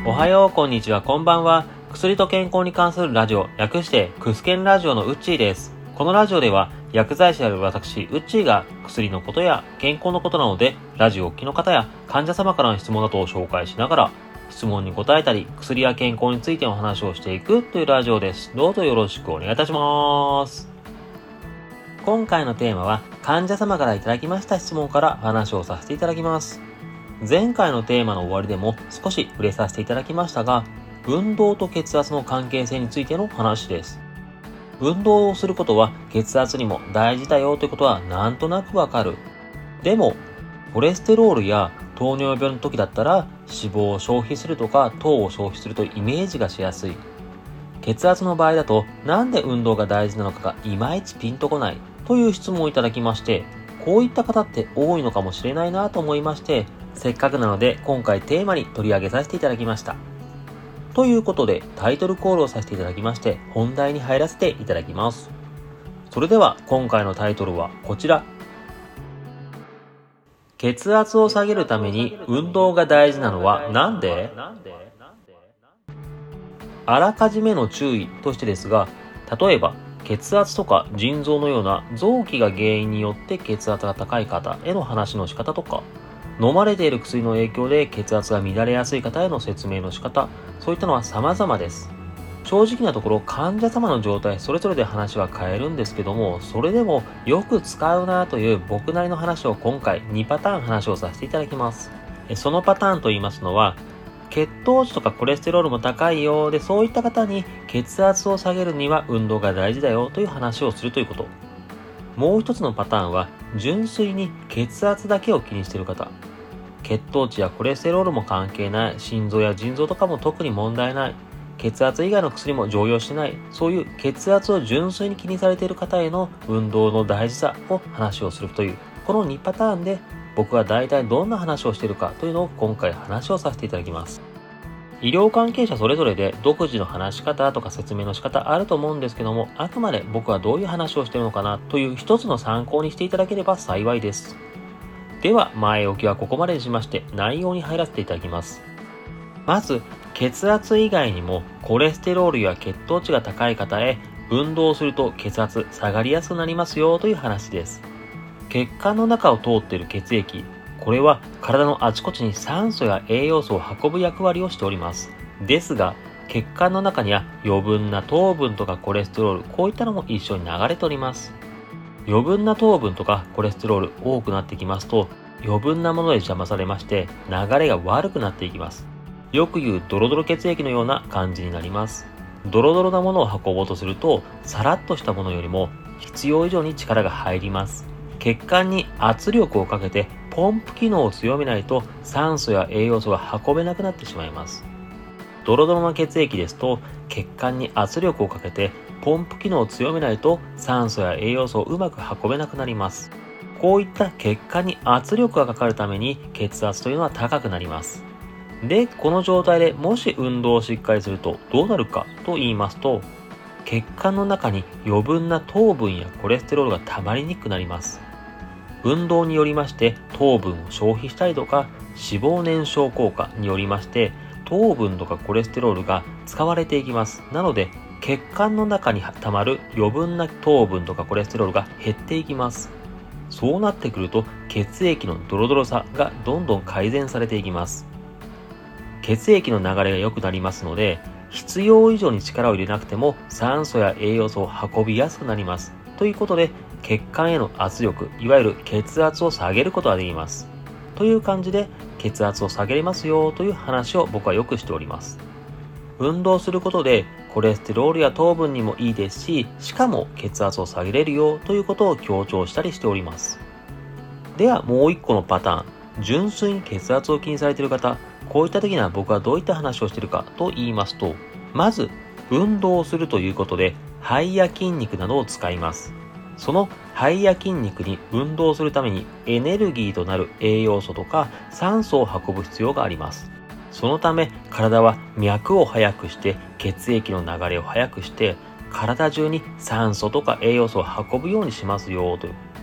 おはよう、こんにちは、こんばんは。薬と健康に関するラジオ、略してクスケンラジオのうっちーです。このラジオでは薬剤師である私うっちーが薬のことや健康のことなので、ラジオをお聞きの方や患者様からの質問などを紹介しながら、質問に答えたり薬や健康についてお話をしていくというラジオです。どうぞよろしくお願いいたします。今回のテーマは患者様からいただきました質問から話をさせていただきます。前回のテーマの終わりでも少し触れさせていただきましたが、運動と血圧の関係性についての話です。運動をすることは血圧にも大事だよということはなんとなくわかる。でも、コレステロールや糖尿病の時だったら脂肪を消費するとか糖を消費するというイメージがしやすい。血圧の場合だとなんで運動が大事なのかがいまいちピンとこないという質問をいただきまして、こういった方って多いのかもしれないなと思いまして、せっかくなので今回テーマに取り上げさせていただきました。ということでタイトルコールをさせていただきまして本題に入らせていただきます。それでは今回のタイトルはこちら。血圧を下げるために運動が大事なのはなんで？あらかじめの注意としてですが、例えば血圧とか腎臓のような臓器が原因によって血圧が高い方への話の仕方とか、飲まれている薬の影響で血圧が乱れやすい方への説明の仕方、そういったのは様々です。正直なところ患者様の状態それぞれで話は変えるんですけども、それでもよく使うなという僕なりの話を今回2パターン話をさせていただきます。そのパターンと言いますのは、血糖値とかコレステロールも高いようで、そういった方に血圧を下げるには運動が大事だよという話をするということ。もう一つのパターンは純粋に血圧だけを気にしている方。血糖値やコレステロールも関係ない、心臓や腎臓とかも特に問題ない、血圧以外の薬も常用してない、そういう血圧を純粋に気にされている方への運動の大事さを話をするという、この2パターンで僕は大体どんな話をしているかというのを今回話をさせていただきます。医療関係者それぞれで独自の話し方とか説明の仕方あると思うんですけども、あくまで僕はどういう話をしているのかなという一つの参考にしていただければ幸いです。では前置きはここまでにしまして内容に入らせていただきます。まず血圧以外にもコレステロールや血糖値が高い方へ運動をすると血圧下がりやすくなりますよという話です。血管の中を通っている血液、これは体のあちこちに酸素や栄養素を運ぶ役割をしております。ですが血管の中には余分な糖分とかコレステロール、こういったのも一緒に流れております。余分な糖分とかコレステロール多くなってきますと、余分なもので邪魔されまして流れが悪くなっていきます。よく言うドロドロ血液のような感じになります。ドロドロなものを運ぼうとすると、さらっとしたものよりも必要以上に力が入ります。血管に圧力をかけてポンプ機能を強めないと酸素や栄養素が運べなくなってしまいます。ドロドロな血液ですと血管に圧力をかけてポンプ機能を強めないと酸素や栄養素をうまく運べなくなります。こういった血管に圧力がかかるために血圧というのは高くなります。で、この状態でもし運動をしっかりするとどうなるかと言いますと、血管の中に余分な糖分やコレステロールが溜まりにくくなります。運動によりまして糖分を消費したりとか、脂肪燃焼効果によりまして糖分とかコレステロールが使われていきます。なので血管の中に溜まる余分な糖分とかコレステロールが減っていきます。そうなってくると血液のドロドロさがどんどん改善されていきます。血液の流れが良くなりますので、必要以上に力を入れなくても酸素や栄養素を運びやすくなります。ということで血管への圧力、いわゆる血圧を下げることができます。という感じで血圧を下げれますよという話を僕はよくしております。運動することでコレステロールや糖分にもいいですし、しかも血圧を下げれるよということを強調したりしております。ではもう一個のパターン、純粋に血圧を気にされている方、こういった時には僕はどういった話をしているかと言いますと、まず運動をするということで肺や筋肉などを使います。その肺や筋肉に運動するためにエネルギーとなる栄養素とか酸素を運ぶ必要があります。そのため体は脈を速くして血液の流れを速くして体中に酸素とか栄養素を運ぶようにしますよという。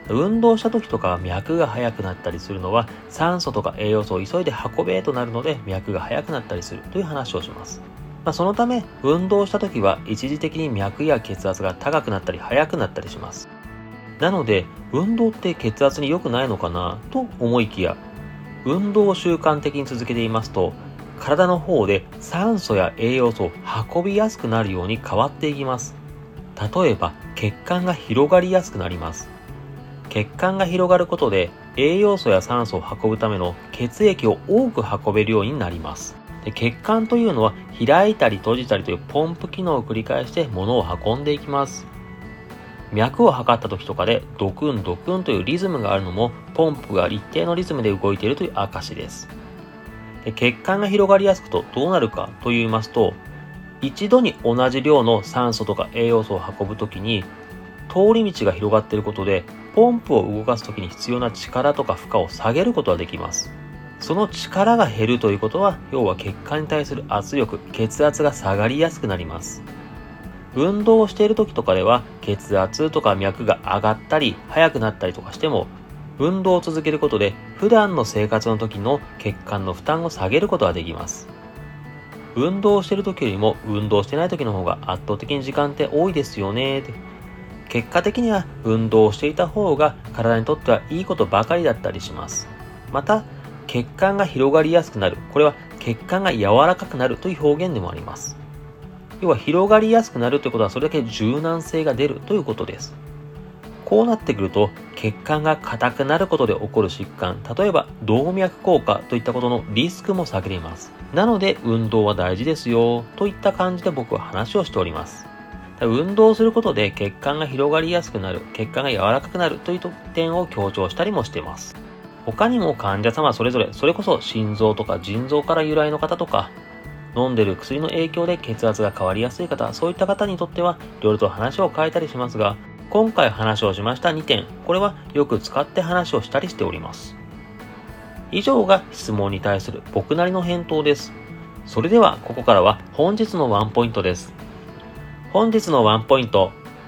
運動した時とか脈が速くなったりするのは酸素とか栄養素を急いで運べとなるので脈が速くなったりするという話をします。そのため運動した時は一時的に脈や血圧が高くなったり速くなったりします。なので運動って血圧に良くないのかなと思いきや、運動を習慣的に続けていますと体の方で酸素や栄養素を運びやすくなるように変わっていきます。例えば血管が広がりやすくなります。血管が広がることで栄養素や酸素を運ぶための血液を多く運べるようになります。で、血管というのは開いたり閉じたりというポンプ機能を繰り返して物を運んでいきます。脈を測った時とかでドクンドクンというリズムがあるのもポンプが一定のリズムで動いているという証です。で、血管が広がりやすくとどうなるかと言いますと、一度に同じ量の酸素とか栄養素を運ぶときに通り道が広がっていることでポンプを動かすときに必要な力とか負荷を下げることができます。その力が減るということは、要は血管に対する圧力、血圧が下がりやすくなります。運動をしている時とかでは血圧とか脈が上がったり速くなったりとかしても、運動を続けることで普段の生活の時の血管の負担を下げることができます。運動をしている時よりも運動してない時の方が圧倒的に時間って多いですよね。結果的には運動をしていた方が体にとってはいいことばかりだったりします。また血管が広がりやすくなる、これは血管が柔らかくなるという表現でもあります。要は広がりやすくなるということはそれだけ柔軟性が出るということです。こうなってくると血管が硬くなることで起こる疾患、例えば動脈硬化といったことのリスクも下げれます。なので運動は大事ですよといった感じで僕は話をしております。運動することで血管が広がりやすくなる、血管が柔らかくなるという点を強調したりもしています。他にも患者様それぞれ、それこそ心臓とか腎臓から由来の方とか、飲んでる薬の影響で血圧が変わりやすい方、そういった方にとってはいろいろと話を変えたりしますが、今回話をしました2点、これはよく使って話をしたりしております。以上が質問に対する僕なりの返答です。それではここからは本日のワンポイントです。本日のワンポイント。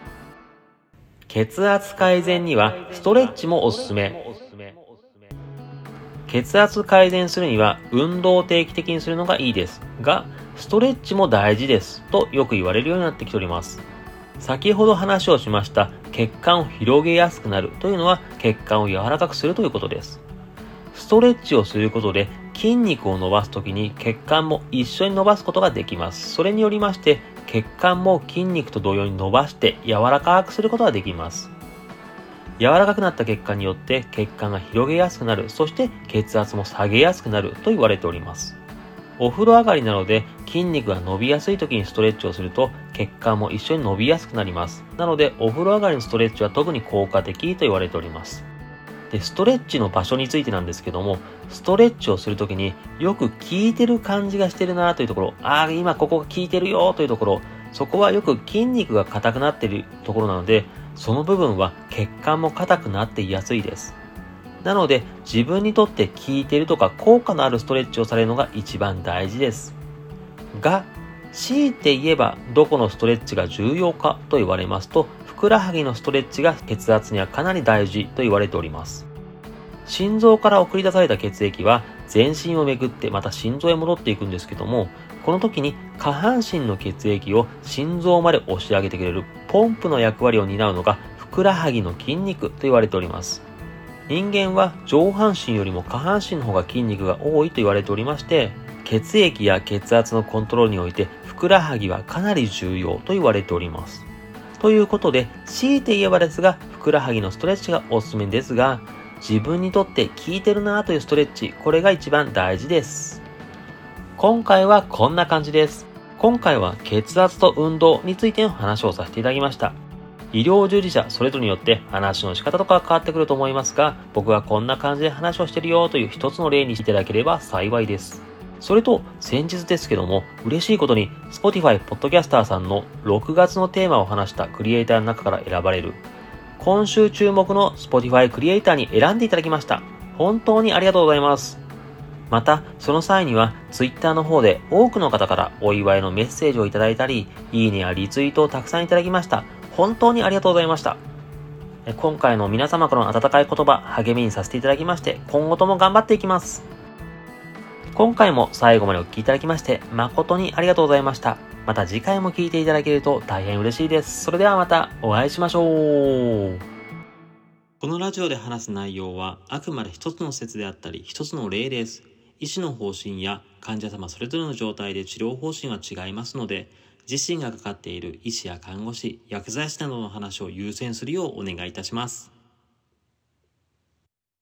血圧改善にはストレッチもおすすめ。血圧改善するには運動を定期的にするのがいいですが、ストレッチも大事ですとよく言われるようになってきております。先ほど話をしました血管を広げやすくなるというのは血管を柔らかくするということです。ストレッチをすることで筋肉を伸ばすときに血管も一緒に伸ばすことができます。それによりまして血管も筋肉と同様に伸ばして柔らかくすることができます。柔らかくなった血管によって血管が広げやすくなる、そして血圧も下げやすくなると言われております。お風呂上がりなので筋肉が伸びやすい時にストレッチをすると血管も一緒に伸びやすくなります。なのでお風呂上がりのストレッチは特に効果的と言われております。で、ストレッチの場所についてなんですけども、ストレッチをするときによく効いてる感じがしてるなというところ、今ここが効いてるよというところ、そこはよく筋肉が硬くなっているところなので、その部分は血管も硬くなっていやすいです。なので自分にとって効いているとか効果のあるストレッチをされるのが一番大事です。が、強いて言えばどこのストレッチが重要かと言われますと、ふくらはぎのストレッチが血圧にはかなり大事と言われております。心臓から送り出された血液は全身を巡ってまた心臓へ戻っていくんですけども、この時に下半身の血液を心臓まで押し上げてくれるポンプの役割を担うのがふくらはぎの筋肉と言われております。人間は上半身よりも下半身の方が筋肉が多いと言われておりまして、血液や血圧のコントロールにおいてふくらはぎはかなり重要と言われております。ということで、強いて言えばですが、ふくらはぎのストレッチがおすすめですが、自分にとって効いてるなというストレッチ、これが一番大事です。今回はこんな感じです。今回は血圧と運動についての話をさせていただきました。医療従事者それぞれによって話の仕方とかは変わってくると思いますが、僕はこんな感じで話をしてるよという一つの例にしていただければ幸いです。それと先日ですけども、嬉しいことに Spotify Podcaster さんの6月のテーマを話したクリエイターの中から選ばれる今週注目の Spotify クリエイターに選んでいただきました。本当にありがとうございます。またその際には Twitter の方で多くの方からお祝いのメッセージをいただいたり、いいねやリツイートをたくさんいただきました。本当にありがとうございました。 今回の皆様からの温かい言葉、励みにさせていただきまして、今後とも頑張っていきます。今回も最後までお聞きいただきまして、誠にありがとうございました。また次回も聞いていただけると大変嬉しいです。それではまたお会いしましょう。このラジオで話す内容はあくまで一つの説であったり一つの例です。医師の方針や患者様それぞれの状態で治療方針は違いますので、自身がかかっている医師や看護師、薬剤師などの話を優先するようお願いいたします。